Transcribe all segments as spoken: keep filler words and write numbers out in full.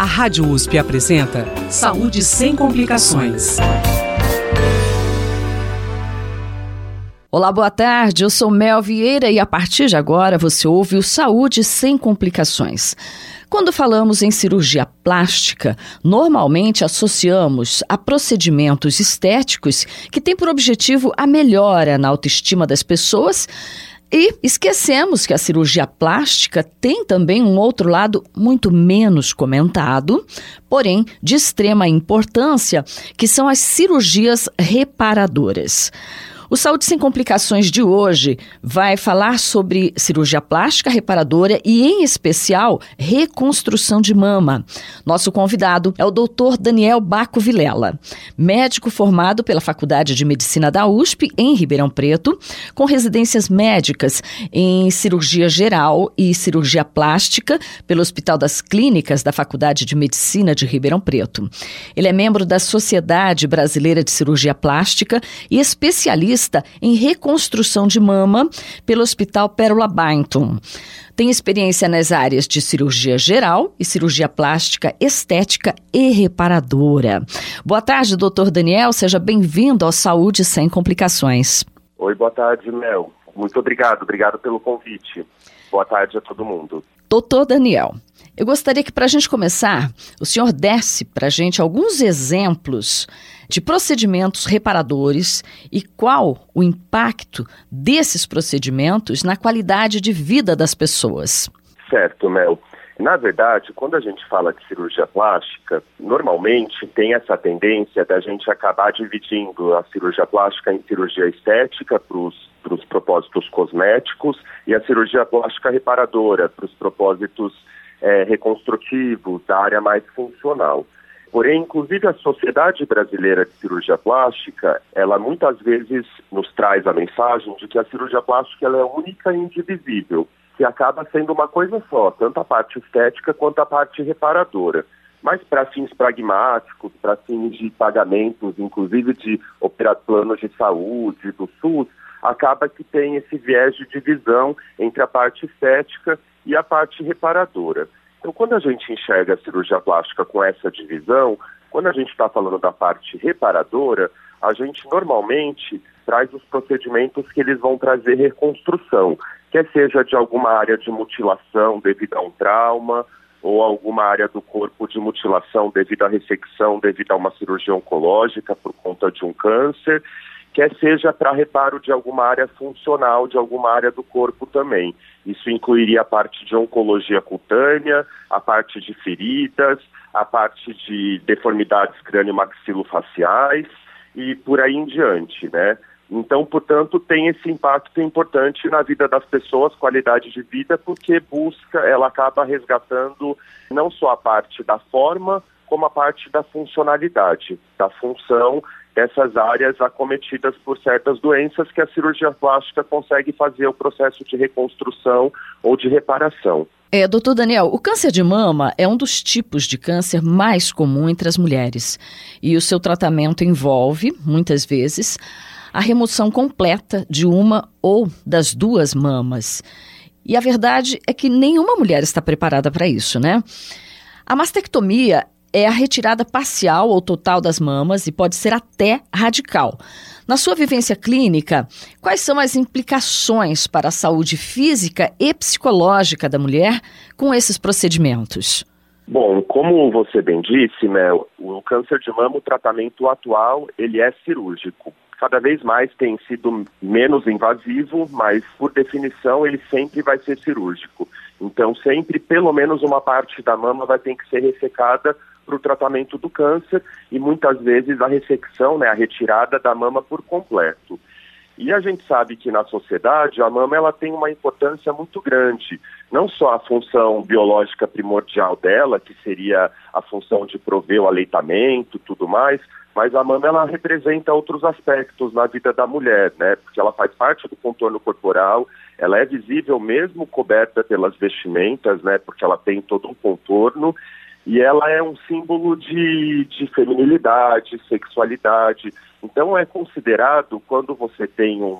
Rádio U S P apresenta Saúde Sem Complicações. Olá, boa tarde, eu sou Mel Vieira e a partir de agora você ouve o Saúde Sem Complicações. Quando falamos em cirurgia plástica, normalmente associamos a procedimentos estéticos que têm por objetivo a melhora na autoestima das pessoas e esquecemos que a cirurgia plástica tem também um outro lado muito menos comentado, porém de extrema importância, que são as cirurgias reparadoras. O Saúde Sem Complicações de hoje vai falar sobre cirurgia plástica reparadora e, em especial, reconstrução de mama. Nosso convidado é o doutor Daniel Baco Vilela, médico formado pela Faculdade de Medicina da U S P, em Ribeirão Preto, com residências médicas em cirurgia geral e cirurgia plástica pelo Hospital das Clínicas da Faculdade de Medicina de Ribeirão Preto. Ele é membro da Sociedade Brasileira de Cirurgia Plástica e especialista em reconstrução de mama pelo Hospital Pérola Byington. Tem experiência nas áreas de cirurgia geral e cirurgia plástica, estética e reparadora. Boa tarde, doutor Daniel. Seja bem-vindo ao Saúde Sem Complicações. Oi, boa tarde, Mel. Muito obrigado. Obrigado pelo convite. Boa tarde a todo mundo. Doutor Daniel, eu gostaria que, para a gente começar, o senhor desse para a gente alguns exemplos de procedimentos reparadores e qual o impacto desses procedimentos na qualidade de vida das pessoas. Certo, Mel. Na verdade, quando a gente fala de cirurgia plástica, normalmente tem essa tendência da gente acabar dividindo a cirurgia plástica em cirurgia estética para os propósitos cosméticos e a cirurgia plástica reparadora para os propósitos é, reconstrutivos, da área mais funcional. Porém, inclusive a Sociedade Brasileira de Cirurgia Plástica, ela muitas vezes nos traz a mensagem de que a cirurgia plástica ela é única e indivisível, que acaba sendo uma coisa só, tanto a parte estética quanto a parte reparadora. Mas para fins pragmáticos, para fins de pagamentos, inclusive de operar planos de saúde, do SUS, acaba que tem esse viés de divisão entre a parte estética e a parte reparadora. Então, quando a gente enxerga a cirurgia plástica com essa divisão, quando a gente está falando da parte reparadora, a gente normalmente traz os procedimentos que eles vão trazer reconstrução, quer seja de alguma área de mutilação devido a um trauma, ou alguma área do corpo de mutilação devido à ressecção, devido a uma cirurgia oncológica por conta de um câncer, quer seja para reparo de alguma área funcional, de alguma área do corpo também. Isso incluiria a parte de oncologia cutânea, a parte de feridas, a parte de deformidades crânio-maxilofaciais e por aí em diante, né? Então, portanto, tem esse impacto importante na vida das pessoas, qualidade de vida, porque busca, ela acaba resgatando não só a parte da forma, como a parte da funcionalidade, da função dessas áreas acometidas por certas doenças que a cirurgia plástica consegue fazer o processo de reconstrução ou de reparação. É, doutor Daniel, o câncer de mama é um dos tipos de câncer mais comum entre as mulheres e o seu tratamento envolve, muitas vezes, a remoção completa de uma ou das duas mamas. E a verdade é que nenhuma mulher está preparada para isso, né? A mastectomia é a retirada parcial ou total das mamas e pode ser até radical. Na sua vivência clínica, quais são as implicações para a saúde física e psicológica da mulher com esses procedimentos? Bom, como você bem disse, Mel, o câncer de mama, o tratamento atual, ele é cirúrgico. Cada vez mais tem sido menos invasivo, mas, por definição, ele sempre vai ser cirúrgico. Então, sempre, pelo menos uma parte da mama vai ter que ser ressecada para o tratamento do câncer e, muitas vezes, a ressecção, né, a retirada da mama por completo. E a gente sabe que, na sociedade, a mama ela tem uma importância muito grande. Não só a função biológica primordial dela, que seria a função de prover o aleitamento e tudo mais, mas a mama ela representa outros aspectos na vida da mulher, né? Porque ela faz parte do contorno corporal, ela é visível mesmo coberta pelas vestimentas, né? Porque ela tem todo um contorno e ela é um símbolo de, de feminilidade, sexualidade. Então é considerado, quando você tem um,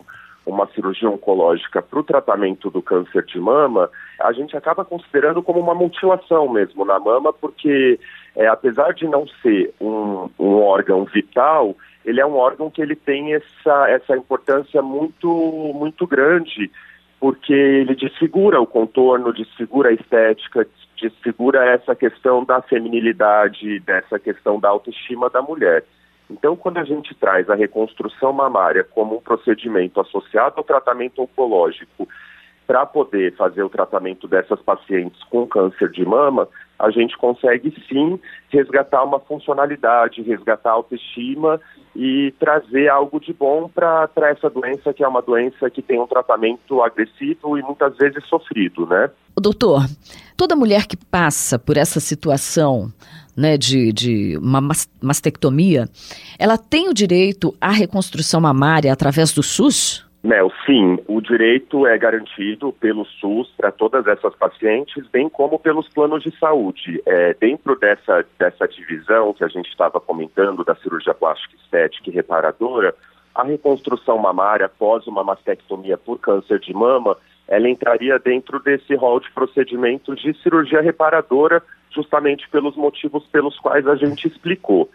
uma cirurgia oncológica para o tratamento do câncer de mama, a gente acaba considerando como uma mutilação mesmo na mama, porque é, apesar de não ser um, um órgão vital, ele é um órgão que ele tem essa, essa importância muito, muito grande, porque ele desfigura o contorno, desfigura a estética, desfigura essa questão da feminilidade, dessa questão da autoestima da mulher. Então, quando a gente traz a reconstrução mamária como um procedimento associado ao tratamento oncológico para poder fazer o tratamento dessas pacientes com câncer de mama, a gente consegue sim resgatar uma funcionalidade, resgatar a autoestima e trazer algo de bom para essa doença, que é uma doença que tem um tratamento agressivo e muitas vezes sofrido, né? Doutor, toda mulher que passa por essa situação, né, de, de uma mastectomia, ela tem o direito à reconstrução mamária através do SUS? Mel, sim, o direito é garantido pelo SUS para todas essas pacientes, bem como pelos planos de saúde. É, dentro dessa, dessa divisão que a gente estava comentando da cirurgia plástica estética e reparadora, a reconstrução mamária após uma mastectomia por câncer de mama, ela entraria dentro desse rol de procedimentos de cirurgia reparadora, justamente pelos motivos pelos quais a gente explicou.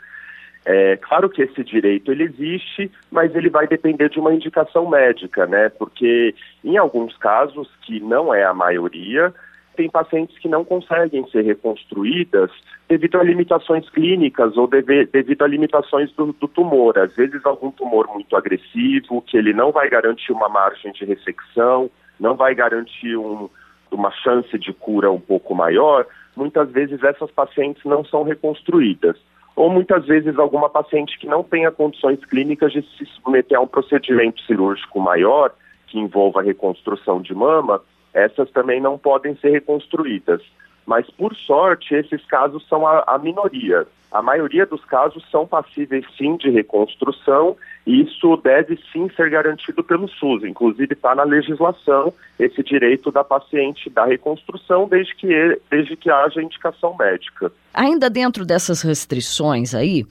É claro que esse direito ele existe, mas ele vai depender de uma indicação médica, né? Porque em alguns casos, que não é a maioria, tem pacientes que não conseguem ser reconstruídas devido a limitações clínicas ou deve, devido a limitações do, do tumor. Às vezes algum tumor muito agressivo, que ele não vai garantir uma margem de ressecção, não vai garantir um, uma chance de cura um pouco maior. Muitas vezes essas pacientes não são reconstruídas. Ou muitas vezes alguma paciente que não tenha condições clínicas de se submeter a um procedimento cirúrgico maior, que envolva a reconstrução de mama, essas também não podem ser reconstruídas. Mas, por sorte, esses casos são a, a minoria. A maioria dos casos são passíveis, sim, de reconstrução, e isso deve, sim, ser garantido pelo SUS. Inclusive, está na legislação esse direito da paciente da reconstrução, desde que, desde que haja indicação médica. Ainda dentro dessas restrições aí,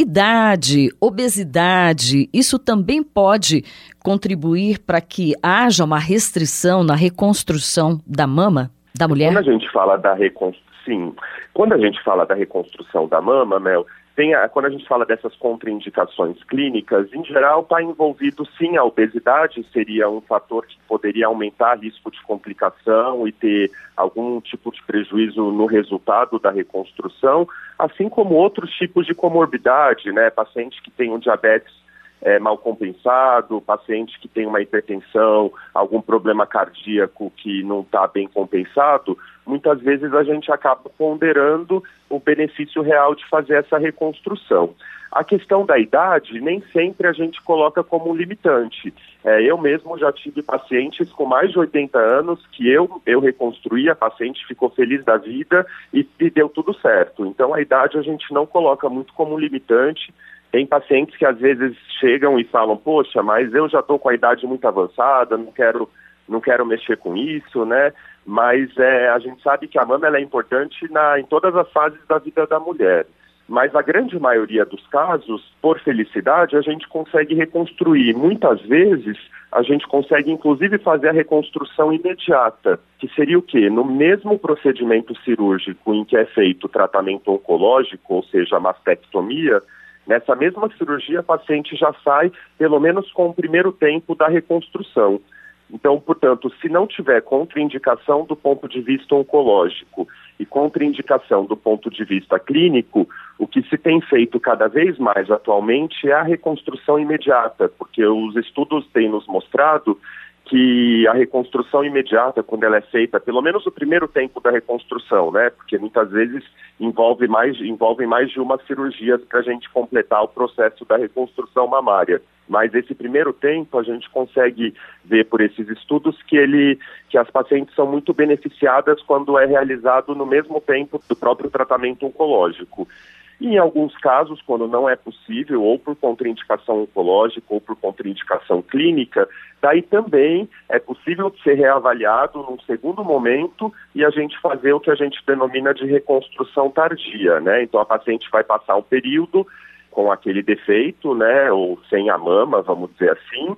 idade, obesidade, isso também pode contribuir para que haja uma restrição na reconstrução da mama da mulher? Quando a gente fala da reconstrução, sim, quando a gente fala da reconstrução da mama, Mel, tem a, quando a gente fala dessas contraindicações clínicas, em geral está envolvido sim a obesidade, seria um fator que poderia aumentar o risco de complicação e ter algum tipo de prejuízo no resultado da reconstrução, assim como outros tipos de comorbidade, né, paciente que tem um diabetes É, mal compensado, paciente que tem uma hipertensão, algum problema cardíaco que não está bem compensado, muitas vezes a gente acaba ponderando o benefício real de fazer essa reconstrução. A questão da idade, nem sempre a gente coloca como um limitante. É, eu mesmo já tive pacientes com mais de oitenta anos que eu, eu reconstruí, a paciente ficou feliz da vida e, e deu tudo certo. Então a idade a gente não coloca muito como um limitante. Tem pacientes que às vezes chegam e falam, poxa, mas eu já estou com a idade muito avançada, não quero, não quero mexer com isso, né? Mas é, a gente sabe que a mama ela é importante na, em todas as fases da vida da mulher. Mas a grande maioria dos casos, por felicidade, a gente consegue reconstruir. Muitas vezes, a gente consegue inclusive fazer a reconstrução imediata, que seria o quê? No mesmo procedimento cirúrgico em que é feito o tratamento oncológico, ou seja, a mastectomia, nessa mesma cirurgia, a paciente já sai, pelo menos com o primeiro tempo da reconstrução. Então, portanto, se não tiver contraindicação do ponto de vista oncológico e contraindicação do ponto de vista clínico, o que se tem feito cada vez mais atualmente é a reconstrução imediata, porque os estudos têm nos mostrado que a reconstrução imediata, quando ela é feita, pelo menos o primeiro tempo da reconstrução, né? Porque muitas vezes envolve mais, envolve mais de uma cirurgia para a gente completar o processo da reconstrução mamária. Mas esse primeiro tempo a gente consegue ver por esses estudos que, ele, que as pacientes são muito beneficiadas quando é realizado no mesmo tempo do próprio tratamento oncológico. E em alguns casos, quando não é possível, ou por contraindicação oncológica ou por contraindicação clínica, daí também é possível ser reavaliado num segundo momento e a gente fazer o que a gente denomina de reconstrução tardia, né? Então a paciente vai passar um período com aquele defeito, né, ou sem a mama, vamos dizer assim,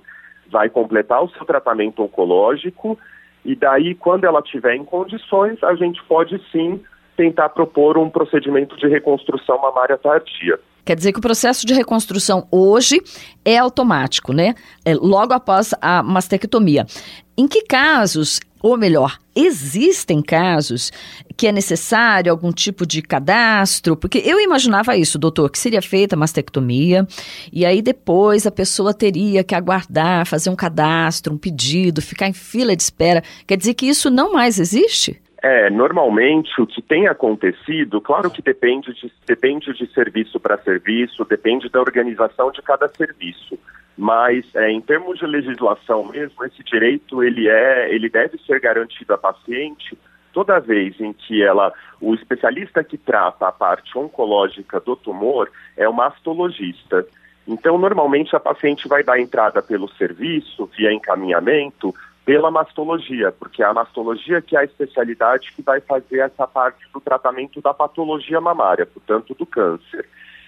vai completar o seu tratamento oncológico e daí, quando ela estiver em condições, a gente pode sim tentar propor um procedimento de reconstrução mamária tardia. Quer dizer que o processo de reconstrução hoje é automático, né? É logo após a mastectomia. Em que casos, ou melhor, existem casos que é necessário algum tipo de cadastro? Porque eu imaginava isso, doutor, que seria feita a mastectomia e aí depois a pessoa teria que aguardar, fazer um cadastro, um pedido, ficar em fila de espera. Quer dizer que isso não mais existe? É, normalmente o que tem acontecido, claro que depende de, depende de serviço para serviço, depende da organização de cada serviço, mas é, em termos de legislação mesmo, esse direito ele, é, ele deve ser garantido à paciente toda vez em que ela, o especialista que trata a parte oncológica do tumor é o mastologista. Então, normalmente a paciente vai dar entrada pelo serviço, via encaminhamento, pela mastologia, porque é a mastologia que é a especialidade que vai fazer essa parte do tratamento da patologia mamária, portanto do câncer.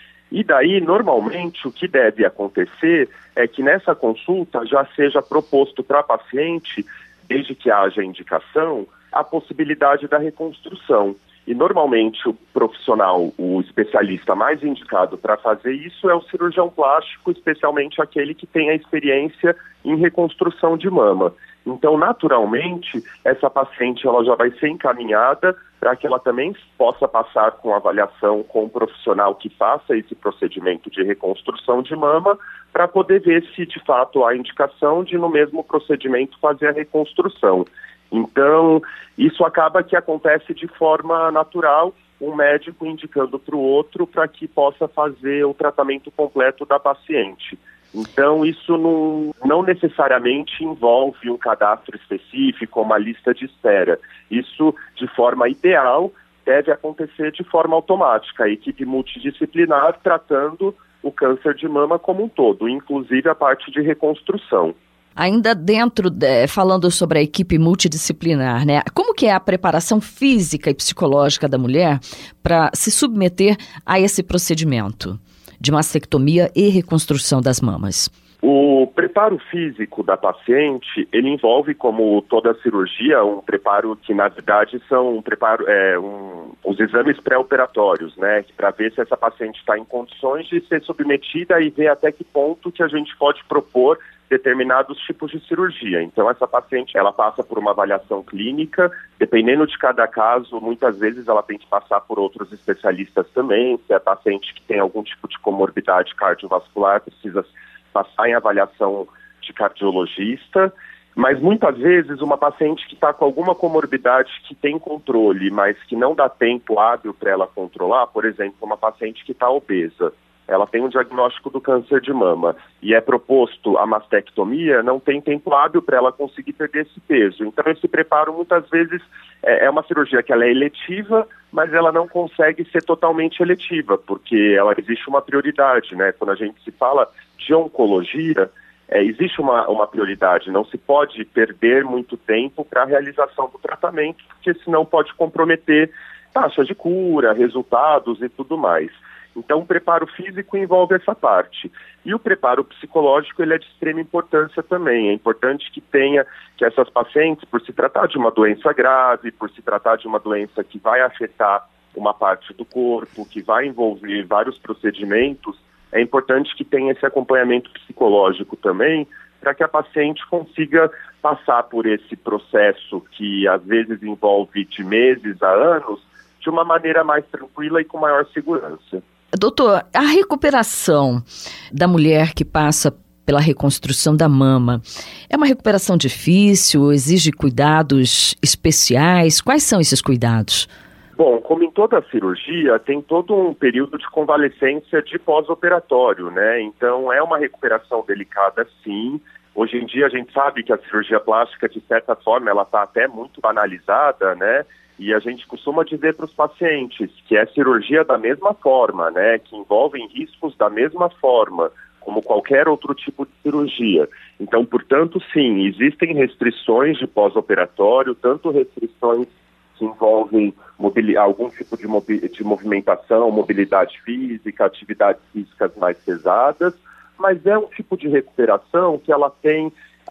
E daí, normalmente, o que deve acontecer é que nessa consulta já seja proposto para a paciente, desde que haja indicação, a possibilidade da reconstrução. E normalmente o profissional, o especialista mais indicado para fazer isso é o cirurgião plástico, especialmente aquele que tem a experiência em reconstrução de mama. Então, naturalmente, essa paciente ela já vai ser encaminhada para que ela também possa passar com avaliação com um profissional que faça esse procedimento de reconstrução de mama, para poder ver se de fato há indicação de no mesmo procedimento fazer a reconstrução. Então, isso acaba que acontece de forma natural, um médico indicando para o outro para que possa fazer o tratamento completo da paciente. Então, isso não, não necessariamente envolve um cadastro específico, uma lista de espera. Isso, de forma ideal, deve acontecer de forma automática. A equipe multidisciplinar tratando o câncer de mama como um todo, inclusive a parte de reconstrução. Ainda dentro, de, falando sobre a equipe multidisciplinar, né? Como que é a preparação física e psicológica da mulher para se submeter a esse procedimento de mastectomia e reconstrução das mamas? O preparo físico da paciente, ele envolve, como toda cirurgia, um preparo que, na verdade, são um preparo, é, um, os exames pré-operatórios, né? Para ver se essa paciente está em condições de ser submetida e ver até que ponto que a gente pode propor determinados tipos de cirurgia. Então, essa paciente, ela passa por uma avaliação clínica, dependendo de cada caso, muitas vezes ela tem que passar por outros especialistas também. Se é paciente que tem algum tipo de comorbidade cardiovascular, precisa passar em avaliação de cardiologista, mas muitas vezes uma paciente que está com alguma comorbidade que tem controle, mas que não dá tempo hábil para ela controlar, por exemplo, uma paciente que está obesa, ela tem um diagnóstico do câncer de mama e é proposto a mastectomia, não tem tempo hábil para ela conseguir perder esse peso. Então esse preparo muitas vezes é uma cirurgia que ela é eletiva, mas ela não consegue ser totalmente eletiva, porque ela existe uma prioridade, né? Quando a gente se fala de oncologia, é, existe uma, uma prioridade, não se pode perder muito tempo para a realização do tratamento, porque senão pode comprometer taxa de cura, resultados e tudo mais. Então, o preparo físico envolve essa parte. E o preparo psicológico, ele é de extrema importância também. É importante que tenha, que essas pacientes, por se tratar de uma doença grave, por se tratar de uma doença que vai afetar uma parte do corpo, que vai envolver vários procedimentos, é importante que tenha esse acompanhamento psicológico também, para que a paciente consiga passar por esse processo que às vezes envolve de meses a anos, de uma maneira mais tranquila e com maior segurança. Doutor, a recuperação da mulher que passa pela reconstrução da mama é uma recuperação difícil, exige cuidados especiais? Quais são esses cuidados? Bom, como em toda cirurgia, tem todo um período de convalescência de pós-operatório, né? Então, é uma recuperação delicada, sim. Hoje em dia, a gente sabe que a cirurgia plástica, de certa forma, ela está até muito banalizada, né? E a gente costuma dizer para os pacientes que é cirurgia da mesma forma, né? Que envolvem riscos da mesma forma, como qualquer outro tipo de cirurgia. Então, portanto, sim, existem restrições de pós-operatório, tanto restrições que envolvem mobili- algum tipo de, mobi- de movimentação, mobilidade física, atividades físicas mais pesadas, mas é um tipo de recuperação que ela tem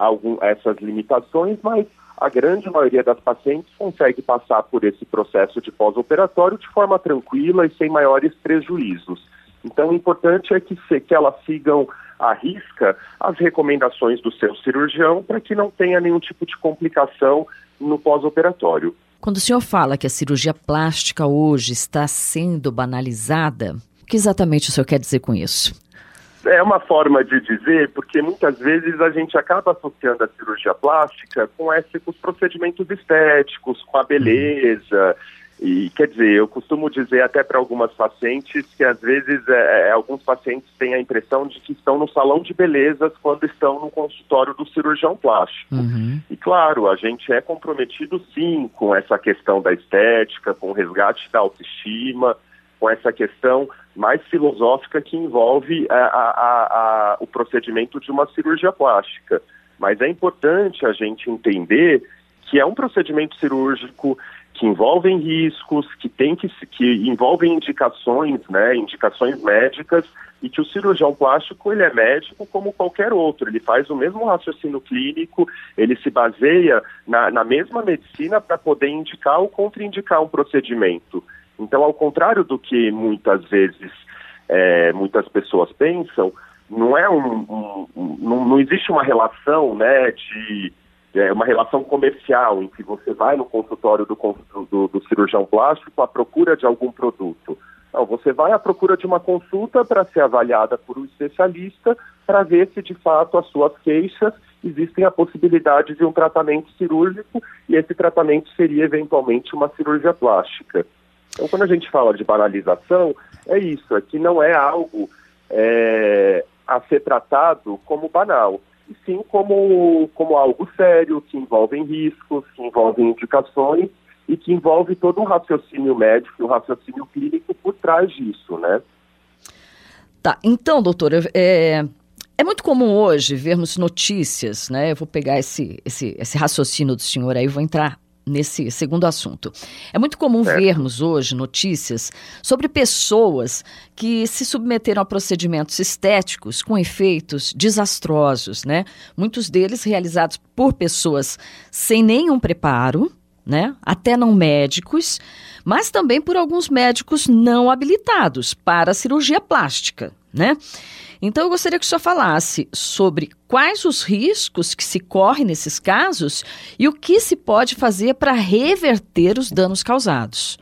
algum, essas limitações, mas a grande maioria das pacientes consegue passar por esse processo de pós-operatório de forma tranquila e sem maiores prejuízos. Então, o importante é que, se, que elas sigam à risca as recomendações do seu cirurgião para que não tenha nenhum tipo de complicação no pós-operatório. Quando o senhor fala que a cirurgia plástica hoje está sendo banalizada, o que exatamente o senhor quer dizer com isso? É uma forma de dizer, porque muitas vezes a gente acaba associando a cirurgia plástica com, esse, com os procedimentos estéticos, com a beleza. E, quer dizer, eu costumo dizer até para algumas pacientes que às vezes é, é, alguns pacientes têm a impressão de que estão no salão de belezas quando estão no consultório do cirurgião plástico. Uhum. E claro, a gente é comprometido sim com essa questão da estética, com o resgate da autoestima, com essa questão mais filosófica que envolve a, a, a, o procedimento de uma cirurgia plástica. Mas é importante a gente entender que é um procedimento cirúrgico que envolvem riscos, que, tem que, que envolvem indicações, né, indicações médicas, e que o cirurgião plástico ele é médico como qualquer outro, ele faz o mesmo raciocínio clínico, ele se baseia na, na mesma medicina para poder indicar ou contraindicar um procedimento. Então, ao contrário do que muitas vezes é, muitas pessoas pensam, não é um, um, um não, não existe uma relação, né, de é, uma relação comercial em que você vai no consultório do, do, do cirurgião plástico à procura de algum produto. Não, você vai à procura de uma consulta para ser avaliada por um especialista para ver se de fato as suas queixas existem a possibilidade de um tratamento cirúrgico e esse tratamento seria eventualmente uma cirurgia plástica. Então, quando a gente fala de banalização, é isso, é que não é algo é, a ser tratado como banal, e sim como, como algo sério, que envolve riscos, que envolve indicações e que envolve todo um raciocínio médico, um raciocínio clínico por trás disso, né? Tá, então, doutora, é, é muito comum hoje vermos notícias, né? Eu vou pegar esse, esse, esse raciocínio do senhor aí e vou entrar nesse segundo assunto. É muito comum certo. vermos hoje notícias sobre pessoas que se submeteram a procedimentos estéticos com efeitos desastrosos, né? Muitos deles realizados por pessoas sem nenhum preparo, né? Até não médicos, mas também por alguns médicos não habilitados para a cirurgia plástica, né? Então, eu gostaria que o senhor falasse sobre quais os riscos que se correm nesses casos e o que se pode fazer para reverter os danos causados.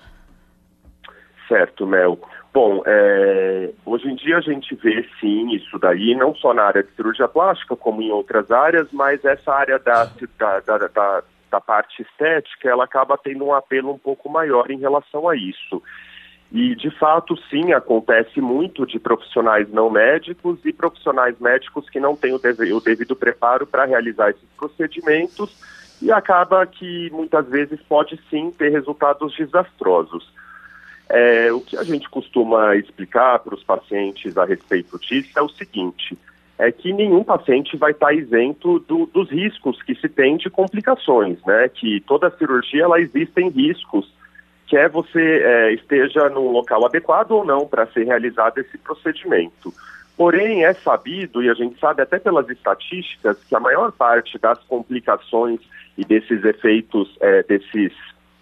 Certo, Mel. Bom, é, hoje em dia a gente vê, sim, isso daí, não só na área de cirurgia plástica, como em outras áreas, mas essa área da, da, da, da, da parte estética, ela acaba tendo um apelo um pouco maior em relação a isso. E, de fato, sim, acontece muito de profissionais não médicos e profissionais médicos que não têm o, deve, o devido preparo para realizar esses procedimentos e acaba que, muitas vezes, pode, sim, ter resultados desastrosos. É, o que a gente costuma explicar para os pacientes a respeito disso é o seguinte, é que nenhum paciente vai estar isento do, dos riscos que se tem de complicações, né? Que toda cirurgia, ela existem riscos, quer você é, esteja num local adequado ou não para ser realizado esse procedimento. Porém, é sabido, e a gente sabe até pelas estatísticas, que a maior parte das complicações e desses efeitos, é, desses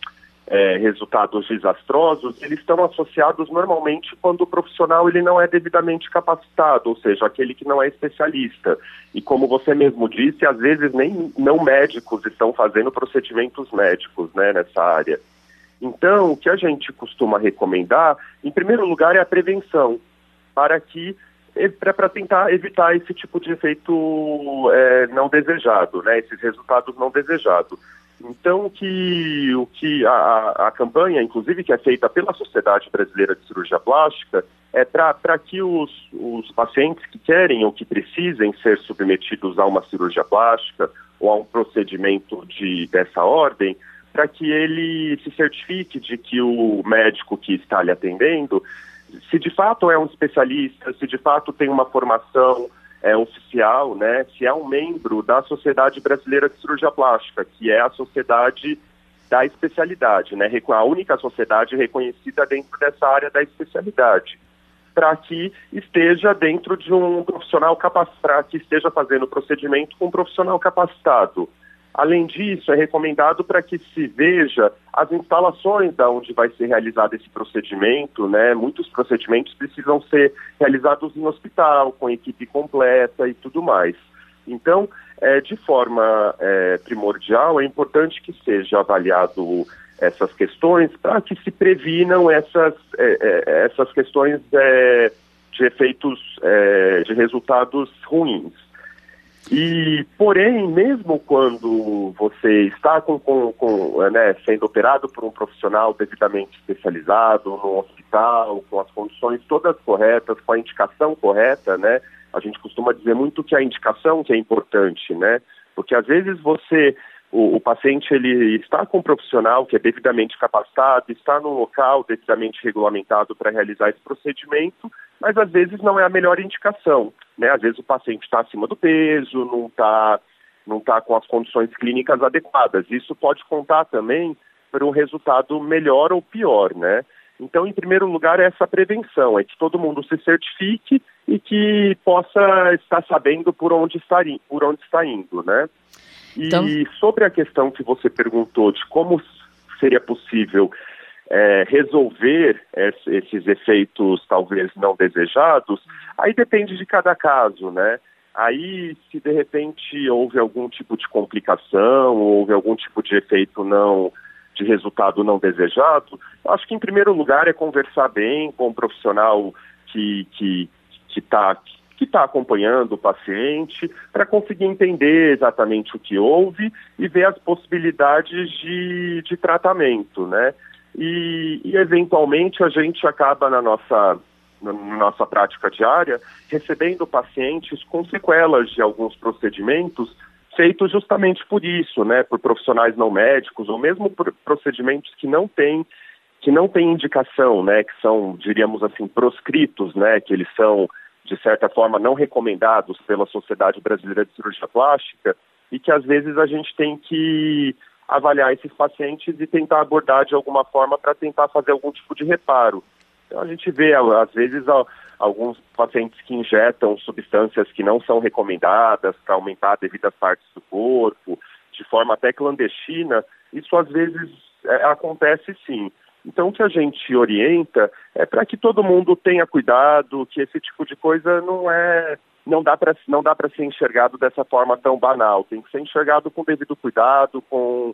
é, resultados desastrosos, eles estão associados normalmente quando o profissional ele não é devidamente capacitado, ou seja, aquele que não é especialista. E como você mesmo disse, às vezes nem não médicos estão fazendo procedimentos médicos, né, nessa área. Então, o que a gente costuma recomendar, em primeiro lugar, é a prevenção, para que para tentar evitar esse tipo de efeito é, não desejado, né, esses resultados não desejados. Então, o que, o que a, a campanha, inclusive, que é feita pela Sociedade Brasileira de Cirurgia Plástica, é para que os, os pacientes que querem ou que precisem ser submetidos a uma cirurgia plástica ou a um procedimento de, dessa ordem, para que ele se certifique de que o médico que está lhe atendendo, se de fato é um especialista, se de fato tem uma formação é, oficial, né, se é um membro da Sociedade Brasileira de Cirurgia Plástica, que é a sociedade da especialidade, né, a única sociedade reconhecida dentro dessa área da especialidade. para que esteja dentro de um profissional capacitado, para que esteja fazendo o procedimento com um profissional capacitado. Além disso, é recomendado para que se veja as instalações da onde vai ser realizado esse procedimento, né? Muitos procedimentos precisam ser realizados em hospital, com equipe completa e tudo mais. Então, é, de forma é, primordial, é importante que seja avaliado essas questões para que se previnam essas, é, é, essas questões é, de efeitos, é, de resultados ruins. E, porém, mesmo quando você está com, com, com, né, sendo operado por um profissional devidamente especializado, no hospital, com as condições todas corretas, com a indicação correta, né? A gente costuma dizer muito que a indicação que é importante, né? Porque às vezes você, o, o paciente, ele está com um profissional que é devidamente capacitado, está num local devidamente regulamentado para realizar esse procedimento, mas às vezes não é a melhor indicação, né? Às vezes o paciente está acima do peso, não está não tá com as condições clínicas adequadas. Isso pode contar também para um resultado melhor ou pior, né? Então, em primeiro lugar, é essa prevenção, é que todo mundo se certifique e que possa estar sabendo por onde está, por onde está indo, né? E então, sobre a questão que você perguntou de como seria possível é, resolver esse, esses efeitos talvez não desejados, aí depende de cada caso, né? Aí, se de repente houve algum tipo de complicação, houve algum tipo de efeito não... de resultado não desejado, acho que em primeiro lugar é conversar bem com o profissional que que que está que tá acompanhando o paciente para conseguir entender exatamente o que houve e ver as possibilidades de, de tratamento, né? E, e eventualmente a gente acaba na nossa na nossa prática diária recebendo pacientes com sequelas de alguns procedimentos feitos justamente por isso, né, por profissionais não médicos, ou mesmo por procedimentos que não têm que não têm indicação, né, que são, diríamos assim, proscritos, né, que eles são, de certa forma, não recomendados pela Sociedade Brasileira de Cirurgia Plástica, e que às vezes a gente tem que avaliar esses pacientes e tentar abordar de alguma forma para tentar fazer algum tipo de reparo. Então a gente vê, às vezes, alguns pacientes que injetam substâncias que não são recomendadas para aumentar devidas partes do corpo, de forma até clandestina. Isso às vezes é, acontece sim. Então o que a gente orienta é para que todo mundo tenha cuidado, que esse tipo de coisa não é, não dá para não dá para ser enxergado dessa forma tão banal. Tem que ser enxergado com devido cuidado, com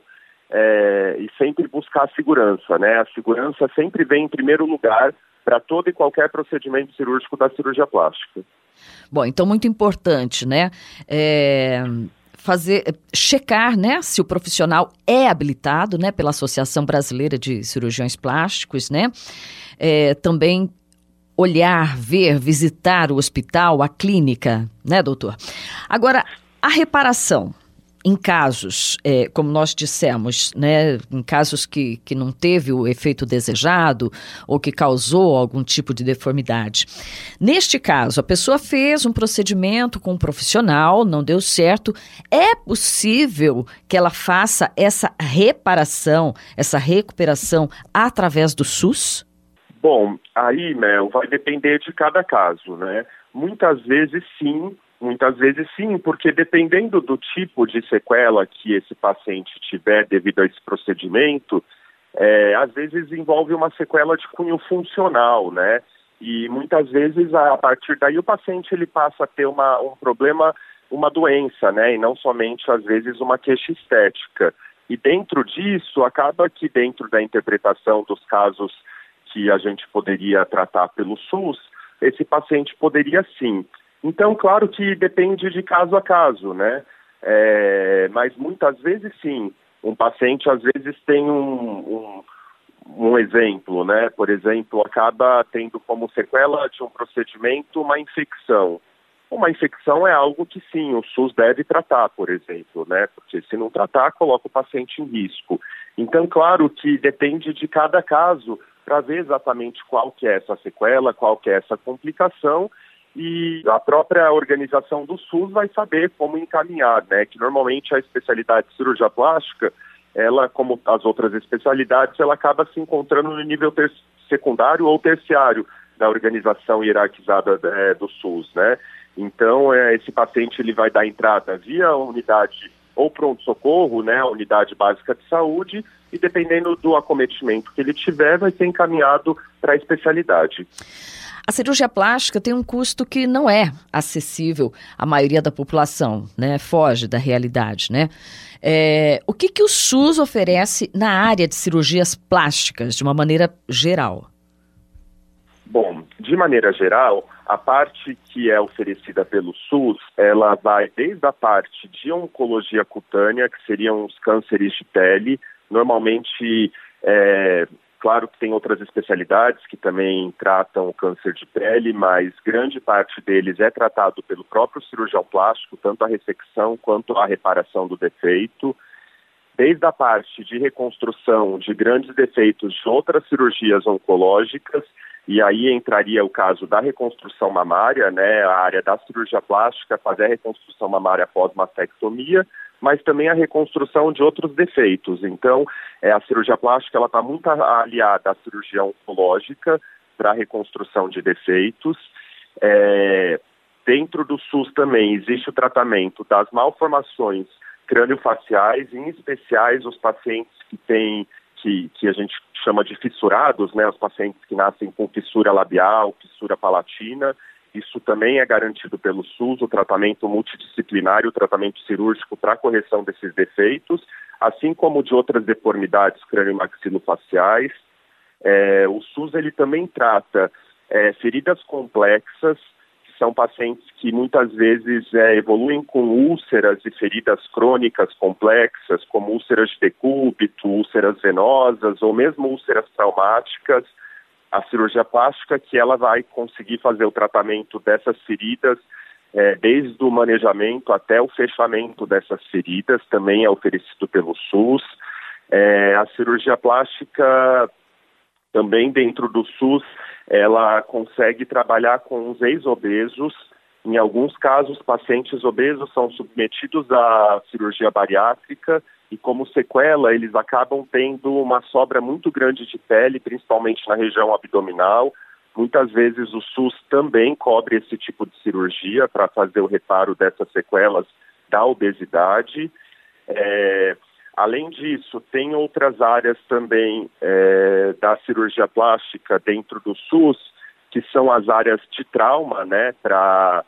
É, e sempre buscar a segurança, né? A segurança sempre vem em primeiro lugar para todo e qualquer procedimento cirúrgico da cirurgia plástica. Bom, então muito importante, né? É, fazer, checar, né? Se o profissional é habilitado, né? Pela Associação Brasileira de Cirurgiões Plásticos, né? É, também olhar, ver, visitar o hospital, a clínica, né, doutor? Agora, a reparação. Em casos, é, como nós dissemos, né, em casos que, que não teve o efeito desejado ou que causou algum tipo de deformidade. Neste caso, a pessoa fez um procedimento com um profissional, não deu certo. É possível que ela faça essa reparação, essa recuperação através do SUS? Bom, aí, Mel, vai depender de cada caso, né? Muitas vezes sim, Muitas vezes sim, porque dependendo do tipo de sequela que esse paciente tiver devido a esse procedimento, é, às vezes envolve uma sequela de cunho funcional, né? E muitas vezes, a partir daí, o paciente ele passa a ter uma, um problema, uma doença, né? E não somente, às vezes, uma queixa estética. E dentro disso, acaba que dentro da interpretação dos casos que a gente poderia tratar pelo SUS, esse paciente poderia sim. Então, claro que depende de caso a caso, né? É, mas muitas vezes sim. Um paciente às vezes tem um, um, um exemplo, né? Por exemplo, acaba tendo como sequela de um procedimento uma infecção. Uma infecção é algo que sim, o SUS deve tratar, por exemplo, né? Porque se não tratar, coloca o paciente em risco. Então, claro que depende de cada caso para ver exatamente qual que é essa sequela, qual que é essa complicação. E a própria organização do SUS vai saber como encaminhar, né? Que normalmente a especialidade de cirurgia plástica, ela, como as outras especialidades, ela acaba se encontrando no nível ter- secundário ou terciário da organização hierarquizada é, do SUS, né? Então, é, esse paciente ele vai dar entrada via unidade ou pronto-socorro, né, a unidade básica de saúde, e dependendo do acometimento que ele tiver, vai ser encaminhado para a especialidade. A cirurgia plástica tem um custo que não é acessível à maioria da população, né? Foge da realidade, né? É, o que, que o SUS oferece na área de cirurgias plásticas, de uma maneira geral? Bom, de maneira geral, a parte que é oferecida pelo SUS, ela vai desde a parte de oncologia cutânea, que seriam os cânceres de pele, normalmente, é, claro que tem outras especialidades que também tratam o câncer de pele, mas grande parte deles é tratado pelo próprio cirurgião plástico, tanto a ressecção quanto a reparação do defeito. Desde a parte de reconstrução de grandes defeitos de outras cirurgias oncológicas, e aí entraria o caso da reconstrução mamária, né, a área da cirurgia plástica, fazer a reconstrução mamária após mastectomia, mas também a reconstrução de outros defeitos. Então, é, a cirurgia plástica ela está muito aliada à cirurgia oncológica para a reconstrução de defeitos. É, dentro do SUS também existe o tratamento das malformações crâniofaciais, em especiais os pacientes que têm Que, que a gente chama de fissurados, né, os pacientes que nascem com fissura labial, fissura palatina, isso também é garantido pelo SUS, o tratamento multidisciplinar, o tratamento cirúrgico para a correção desses defeitos, assim como de outras deformidades crânio-maxilofaciais. É, o SUS ele também trata é, feridas complexas, são pacientes que muitas vezes é, evoluem com úlceras e feridas crônicas complexas, como úlceras de decúbito, úlceras venosas ou mesmo úlceras traumáticas. A cirurgia plástica que ela vai conseguir fazer o tratamento dessas feridas, é, desde o manejamento até o fechamento dessas feridas, também é oferecido pelo SUS. É, a cirurgia plástica também dentro do SUS, ela consegue trabalhar com os ex-obesos. Em alguns casos, pacientes obesos são submetidos à cirurgia bariátrica e, como sequela, eles acabam tendo uma sobra muito grande de pele, principalmente na região abdominal. Muitas vezes o SUS também cobre esse tipo de cirurgia para fazer o reparo dessas sequelas da obesidade. É... Além disso, tem outras áreas também é, da cirurgia plástica dentro do SUS, que são as áreas de trauma, né, para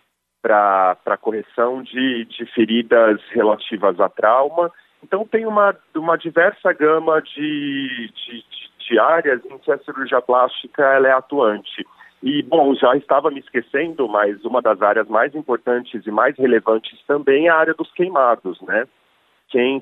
para correção de, de feridas relativas a trauma. Então, tem uma, uma diversa gama de, de, de áreas em que a cirurgia plástica ela é atuante. E, bom, já estava me esquecendo, mas uma das áreas mais importantes e mais relevantes também é a área dos queimados, né? Quem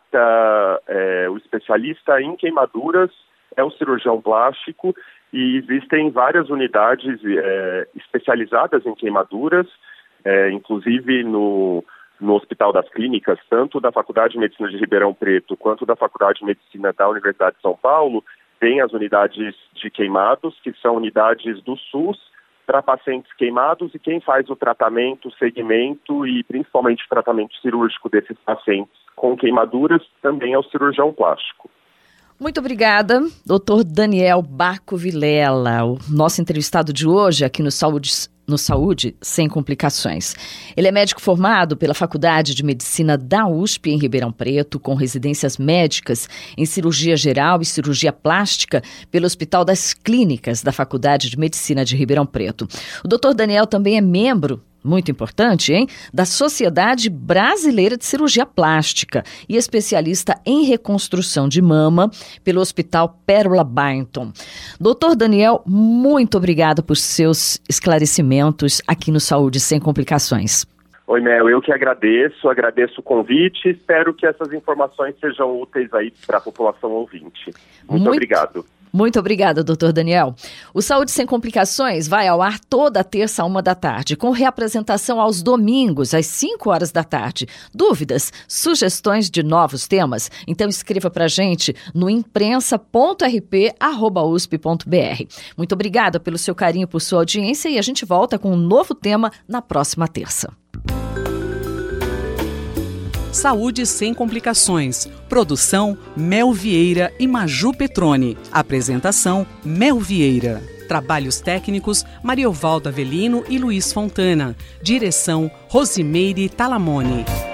trata é, o especialista em queimaduras é o cirurgião plástico e existem várias unidades é, especializadas em queimaduras, é, inclusive no, no Hospital das Clínicas, tanto da Faculdade de Medicina de Ribeirão Preto quanto da Faculdade de Medicina da Universidade de São Paulo, tem as unidades de queimados, que são unidades do SUS, para pacientes queimados, e quem faz o tratamento, o segmento e principalmente o tratamento cirúrgico desses pacientes com queimaduras também é o cirurgião plástico. Muito obrigada, doutor Daniel Baco Vilela, o nosso entrevistado de hoje aqui no Saúde, no Saúde Sem Complicações. Ele é médico formado pela Faculdade de Medicina da U S P em Ribeirão Preto, com residências médicas em cirurgia geral e cirurgia plástica pelo Hospital das Clínicas da Faculdade de Medicina de Ribeirão Preto. O doutor Daniel também é membro, muito importante, hein? Da Sociedade Brasileira de Cirurgia Plástica e especialista em reconstrução de mama pelo Hospital Pérola Byington. Doutor Daniel, muito obrigada por seus esclarecimentos aqui no Saúde Sem Complicações. Oi, Mel, eu que agradeço, agradeço o convite e espero que essas informações sejam úteis aí para a população ouvinte. Muito, muito obrigado. Muito obrigada, doutor Daniel. O Saúde Sem Complicações vai ao ar toda terça à uma da tarde, com reapresentação aos domingos, às cinco horas da tarde. Dúvidas, sugestões de novos temas? Então escreva para a gente no imprensa ponto r p arroba u s p ponto b r. Muito obrigada pelo seu carinho, por sua audiência, e a gente volta com um novo tema na próxima terça. Saúde Sem Complicações. Produção Mel Vieira e Maju Petroni. Apresentação Mel Vieira. Trabalhos técnicos, Mariovaldo Avelino e Luiz Fontana. Direção, Rosimeire Talamone.